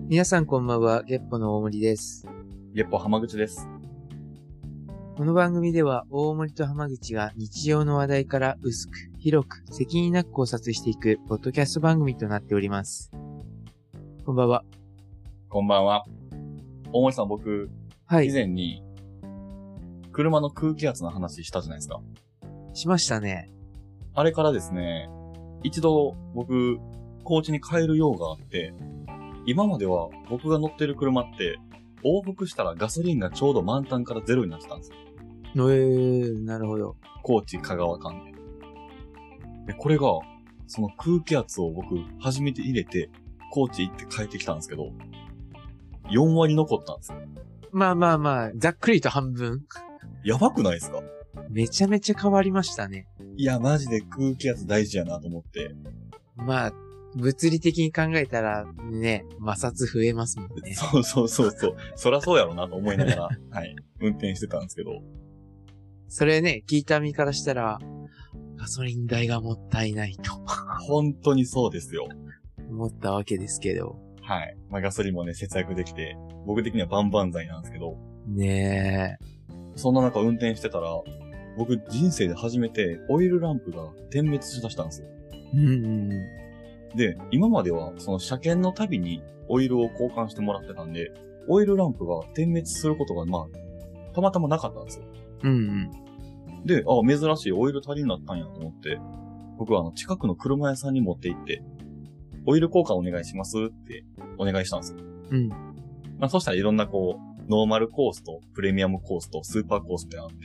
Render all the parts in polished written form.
皆さんこんばんは、ゲッポの大森です。 ゲッポ浜口です。 この番組では大森と浜口が日常の話題から薄く、広く、責任なく考察していくポッドキャスト番組となっております。こんばんは。 こんばんは。大森さん、僕、以前に車の空気圧の話したじゃないですか。 しましたね。 あれからですね、一度僕、高知に帰る用があって、今までは僕が乗ってる車って、往復したらガソリンがちょうど満タンからゼロになってたんですよ。 なるほど。 高知香川間で。これが、その空気圧を僕、初めて入れて、高知行って帰ってきたんですけど、4割残ったんですよ。 まあ、ざっくりと半分。 やばくないですか？ めちゃめちゃ変わりましたね。 いや、マジで空気圧大事やなと思って。 まあ、物理的に考えたら、ね、摩擦増えますもんね。 そう。そらそうやろなと思いながら、はい、運転してたんですけど。 それね、聞いた身からしたら、ガソリン代がもったいないと。 本当にそうですよ。 思ったわけですけど。 はい。まあガソリンもね、節約できて、僕的には万々歳なんですけど。 ねえ。 そんな中運転してたら、僕人生で初めてオイルランプが点滅しだしたんですよ。で、今まではその車検のたびにオイルを交換してもらってたんで、オイルランプが点滅することがたまたまなかったんですよ。で、珍しいオイル足りになったんやと思って、僕は近くの車屋さんに持って行って、オイル交換お願いしますってお願いしたんですよ。そしたらいろんなノーマルコースとプレミアムコースとスーパーコースってあって、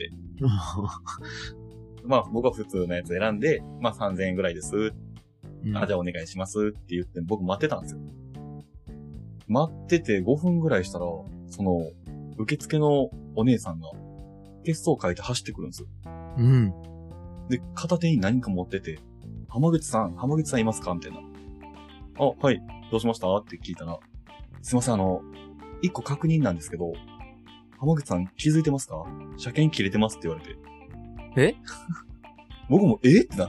僕は普通のやつ選んで、3000円ぐらいです。じゃあお願いしますって言って僕待ってたんですよ。待ってて5分ぐらいしたら、その、受付のお姉さんが、血相書いて走ってくるんですよ。で、片手に何か持ってて、浜口さんいますかみたいな。はい、どうしましたって聞いたら、すいません、一個確認なんですけど、浜口さん気づいてますか？車検切れてますって言われて。僕もってなって。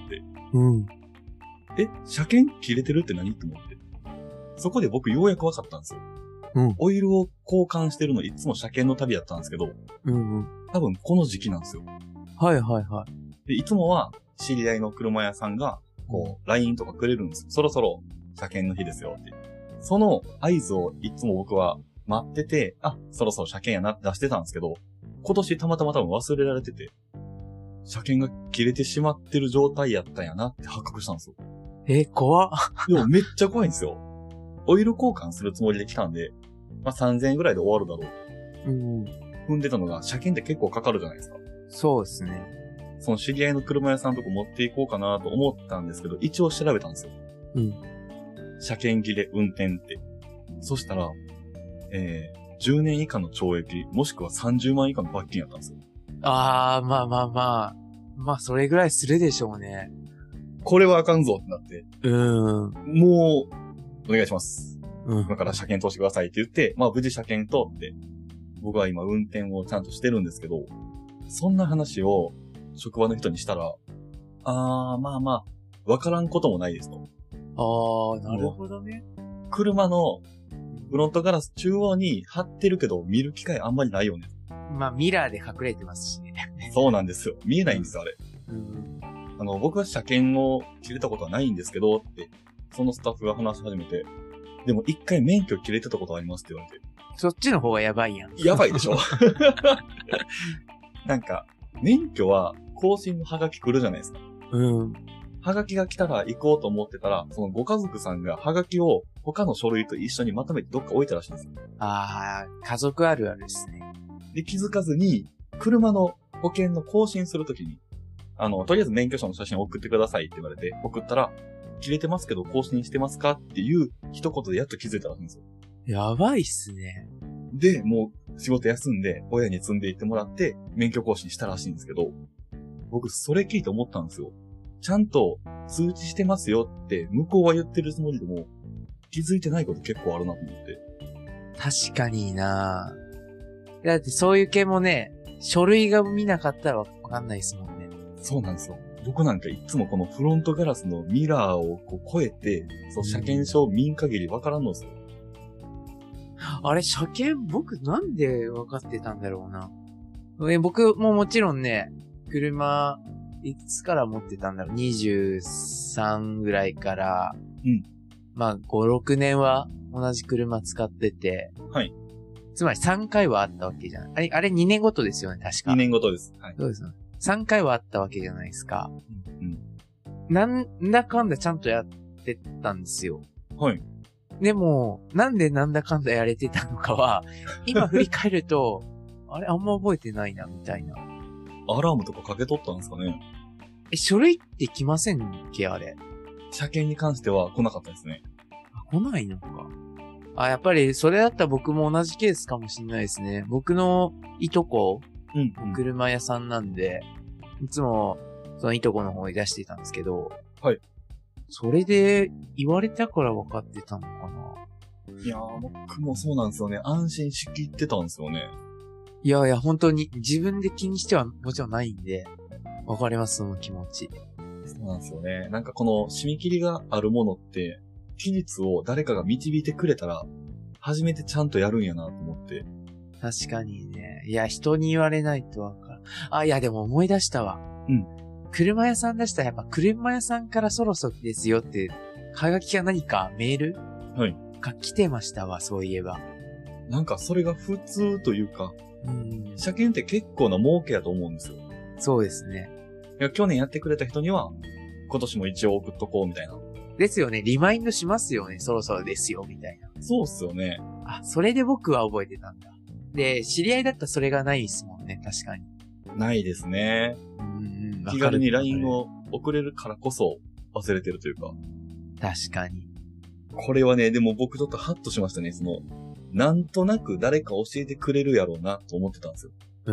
車検切れてるって何って思って。そこで僕ようやく分かったんですよ。オイルを交換してるのいつも車検の旅だったんですけど、多分この時期なんですよ。で、いつもは知り合いの車屋さんが、LINE とかくれるんですよ。そろそろ車検の日ですよって。その合図をいつも僕は待ってて、そろそろ車検やなって出してたんですけど、今年たまたま多分忘れられてて、車検が切れてしまってる状態やったんやなって発覚したんですよ。 怖っ。 でもめっちゃ怖いんですよ。オイル交換するつもりで来たんで、3000円ぐらいで終わるだろう。踏んでたのが、車検って結構かかるじゃないですか。 そうですね。 その知り合いの車屋さんとこ持っていこうかなと思ったんですけど、一応調べたんですよ。車検切れ運転って。そしたら、10年以下の懲役、もしくは30万以下の罰金やったんですよ。 それぐらいするでしょうね。 これはあかんぞってなって。もう、お願いします。今から車検通してくださいって言って、無事車検通って、僕は今運転をちゃんとしてるんですけど、そんな話を職場の人にしたら、わからんこともないですと。 なるほどね。 車のフロントガラス中央に貼ってるけど見る機会あんまりないよね。 ミラーで隠れてますしね。 そうなんですよ。見えないんですよ、あれ。僕は車検を切れたことはないんですけどって、そのスタッフが話し始めて、でも一回免許切れてたことありますって言われて。 そっちの方がやばいやん。 やばいでしょなんか、免許は更新のハガキ来るじゃないですか。ハガキが来たら行こうと思ってたら、そのご家族さんがハガキを他の書類と一緒にまとめてどっか置いたらしいんですよ。 家族あるあるですね。 で、気づかずに、車の保険の更新するときに、とりあえず免許証の写真を送ってくださいって言われて、送ったら、切れてますけど更新してますかっていう一言でやっと気づいたらしいんですよ。 やばいっすね。 で、もう仕事休んで、親に積んでいってもらって、免許更新したらしいんですけど、僕それ聞いて思ったんですよ。ちゃんと通知してますよって向こうは言ってるつもりでも、気づいてないこと結構あるなと思って。 確かになぁ。だってそういう系もね、書類が見なかったらわかんないですもんね。 そうなんですよ。僕なんかいつもこのフロントガラスのミラーを越えて、車検証を見ん限りわからんのですよ。 あれ、車検僕なんで分かってたんだろうな。僕ももちろんね、車、いつから持ってたんだろう。23ぐらいから、 うん。 まあ、5、6年は同じ車使ってて、 はい。 つまり3回はあったわけじゃん。あれ2年ごとですよね、確か。 2年ごとです。はい。 そうですね。3回はあったわけじゃないですか。 うん。 なんだかんだちゃんとやってたんですよ。 はい。 でも、なんでなんだかんだやれてたのかは、今振り返ると、あれあんま覚えてないな、みたいな。 アラームとかかけとったんですかね。 書類って来ませんっけ、あれ。 車検に関しては来なかったですね。 来ないのか。やっぱりそれだったら僕も同じケースかもしれないですね。僕のいとこ、車屋さんなんで、いつもそのいとこの方に出してたんですけど、 はい。 それで言われたから分かってたのかな。 いやー、僕もそうなんですよね。安心しきってたんですよね。 いやいや、本当に自分で気にしてはもちろんないんで、わかります、その気持ち。 そうなんですよね。なんかこの締め切りがあるものって、期日を誰かが導いてくれたら、初めてちゃんとやるんやなと思って。 確かにね。いや、人に言われないとわかる。いや、でも思い出したわ。 うん。 車屋さん出したらやっぱ車屋さんからそろそろですよって、はがきか何かメールはい。 が来てましたわ、そういえば。 なんかそれが普通というか、 うん。 車検って結構な儲けやと思うんですよ。 そうですね。 いや、去年やってくれた人には、今年も一応送っとこうみたいな。 ですよね。リマインドしますよね。そろそろですよ、みたいな。 そうっすよね。 それで僕は覚えてたんだ。で、知り合いだったらそれがないですもんね、確かに。 ないですね。気軽に LINE を送れるからこそ忘れてるというか。 確かに。 これはね、でも僕ちょっとハッとしましたね。なんとなく誰か教えてくれるやろうなと思ってたんですよ。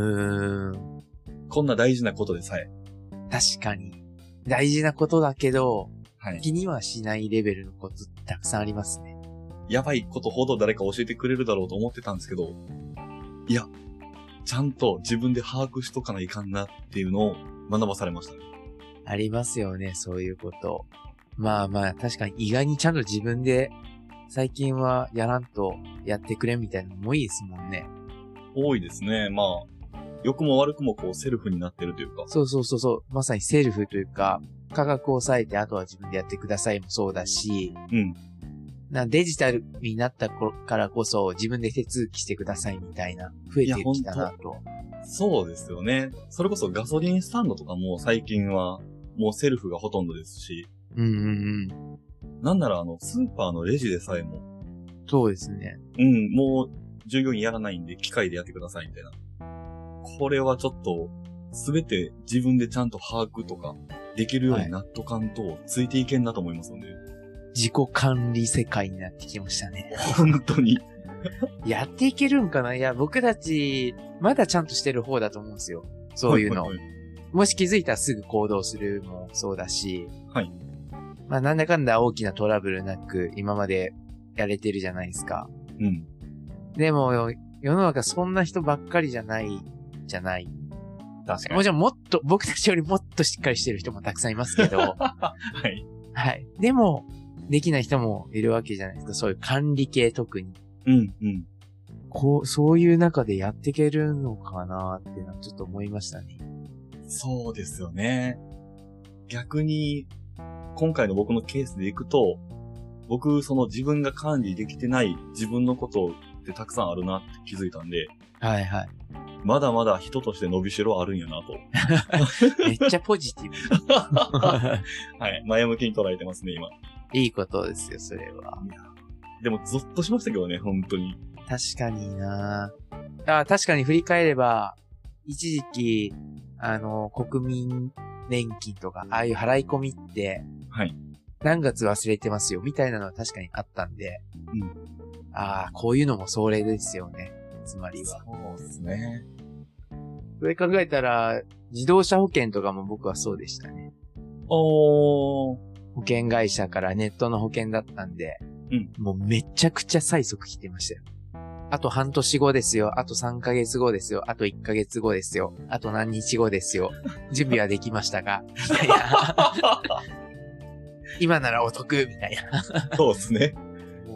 こんな大事なことでさえ。 確かに。大事なことだけど、 はい。 気にはしないレベルのことたくさんありますね。 やばいことほど誰か教えてくれるだろうと思ってたんですけど、いや、ちゃんと自分で把握しとかないかんなっていうのを学ばされましたね。 ありますよね、そういうこと。まあまあ、確かに意外にちゃんと自分で、最近はやらんとやってくれみたいなのもいいですもんね。 多いですね。まあ、良くも悪くもこうセルフになってるというか。 そうそうそうそう。まさにセルフというか、価格を抑えてあとは自分でやってくださいもそうだし、 うん。 デジタルになったからこそ自分で手続きしてくださいみたいな、増えてきたなと。 そうですよね。それこそガソリンスタンドとかも最近はもうセルフがほとんどですし。なんならスーパーのレジでさえも。 そうですね。 もう従業員やらないんで機械でやってくださいみたいな。これはちょっとすべて自分でちゃんと把握とかできるようになっとかんとついていけんなと思いますよね。 自己管理世界になってきましたね。 本当に。 やっていけるんかな。いや、僕たち、まだちゃんとしてる方だと思うんですよ。そういうの。もし気づいたらすぐ行動するもそうだし。 はい。 まあ、なんだかんだ大きなトラブルなく、今までやれてるじゃないですか。 うん。 でも、世の中そんな人ばっかりじゃない。 確かに。 もちろんもっと、僕たちよりもっとしっかりしてる人もたくさんいますけど。 はい。 はい。でも、できない人もいるわけじゃないですか。そういう管理系特に。そういう中でやっていけるのかなっていうのはちょっと思いましたね。 そうですよね。逆に、今回の僕のケースでいくと、僕、自分が管理できてない自分のことってたくさんあるなって気づいたんで。 はいはい。 まだまだ人として伸びしろあるんやなと。 めっちゃポジティブ。 はい。前向きに捉えてますね、今。 いいことですよ、それは。 でも、ゾッとしましたけどね、本当に。 確かにな確かに振り返れば、一時期、国民年金とか、ああいう払い込みって、 はい。 何月忘れてますよ、みたいなのは確かにあったんで、こういうのもそれですよね、つまりは。 そうですね。 それ考えたら、自動車保険とかも僕はそうでしたね。保険会社からネットの保険だったんで、もうめちゃくちゃ催促来てましたよ。あと半年後ですよ。あと3ヶ月後ですよ。あと1ヶ月後ですよ。あと何日後ですよ。準備はできましたかみたいな。今ならお得みたいな。 そうですね。 も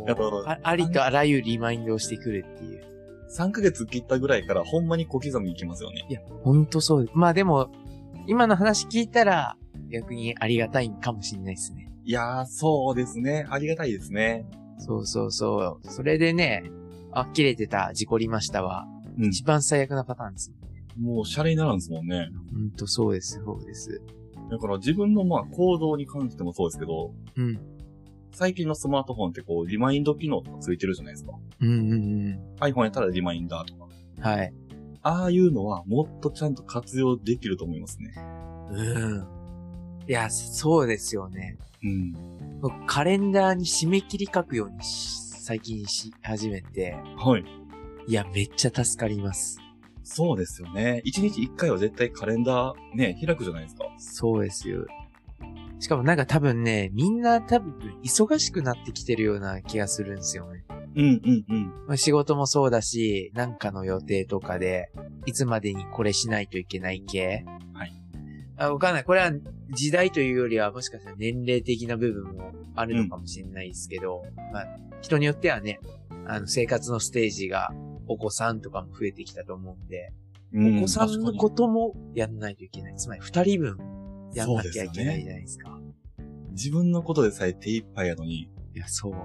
ありとあらゆるリマインドをしてくるっていう。 3ヶ月切ったぐらいからほんまに小刻みにいきますよね。 いや、ほんとそう。まあでも、今の話聞いたら、逆にありがたいんかもしれないですね。 いやー、そうですね。ありがたいですね。 そうそうそう。それでね、切れてた、事故りましたは、一番最悪なパターンですもん。もう、シャレにならんですもんね。 ほんとそうです、そうです。 だから自分の行動に関してもそうですけど、最近のスマートフォンってリマインド機能とかついてるじゃないですか。iPhone やったらリマインダーとか。 はい。 ああいうのはもっとちゃんと活用できると思いますね。 いや、そうですよね。カレンダーに締め切り書くように最近し始めて。 はい。 いや、めっちゃ助かります。 そうですよね。1日1回は絶対カレンダーね、開くじゃないですか。 そうですよ。しかもなんか多分ね、みんな多分忙しくなってきてるような気がするんですよね。仕事もそうだし、なんかの予定とかで、いつまでにこれしないといけない系。 はい。 わかんない。これは時代というよりはもしかしたら年齢的な部分もあるのかもしれないですけど、人によってはね、生活のステージがお子さんとかも増えてきたと思うんで、お子さんのこともやんないといけない。つまり2人分やんなきゃいけないじゃないですか。 自分のことでさえ手一杯やのに。 いや、そう。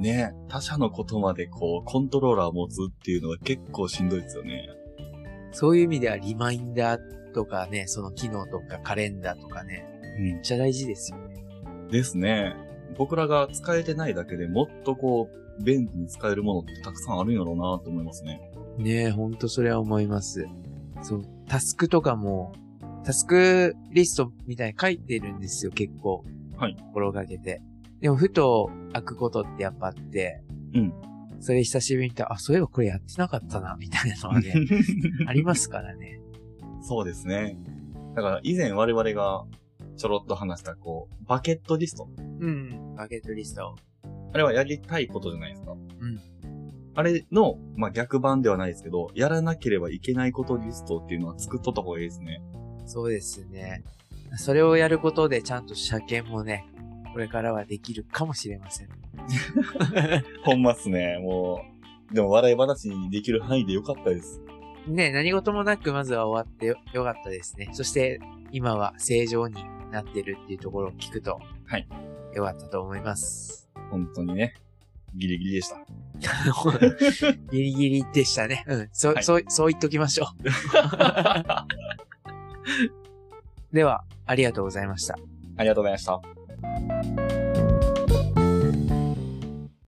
ね、他者のことまでコントローラーを持つっていうのは結構しんどいですよね。 そういう意味ではリマインダーとかね、その機能とかカレンダーとかね、めっちゃ大事ですよね。 ですね。僕らが使えてないだけでもっと便利に使えるものってたくさんあるんやろうなと思いますね。 ねえ、ほんとそれは思います。そう、タスクとかも、タスクリストみたいに書いてるんですよ、結構。 はい。 心がけて。でも、ふと開くことってやっぱあって、それ久しぶりに見たそういえばこれやってなかったな、みたいなのはね、ありますからね。 そうですね。だから以前我々がちょろっと話したバケットリスト。 バケットリスト。 あれはやりたいことじゃないですか。あれの、逆版ではないですけど、やらなければいけないことリストっていうのは作っとった方がいいですね。 そうですね。それをやることでちゃんと車検もね、これからはできるかもしれません。 ほんまっすね、もう。でも笑い話にできる範囲でよかったです。 ね、何事もなくまずは終わってよかったですね。そして今は正常になってるっていうところを聞くと、 はい。 よかったと思います。 本当にね、ギリギリでした。 ギリギリでしたね。そう言っときましょう。では、ありがとうございました。 ありがとうございました。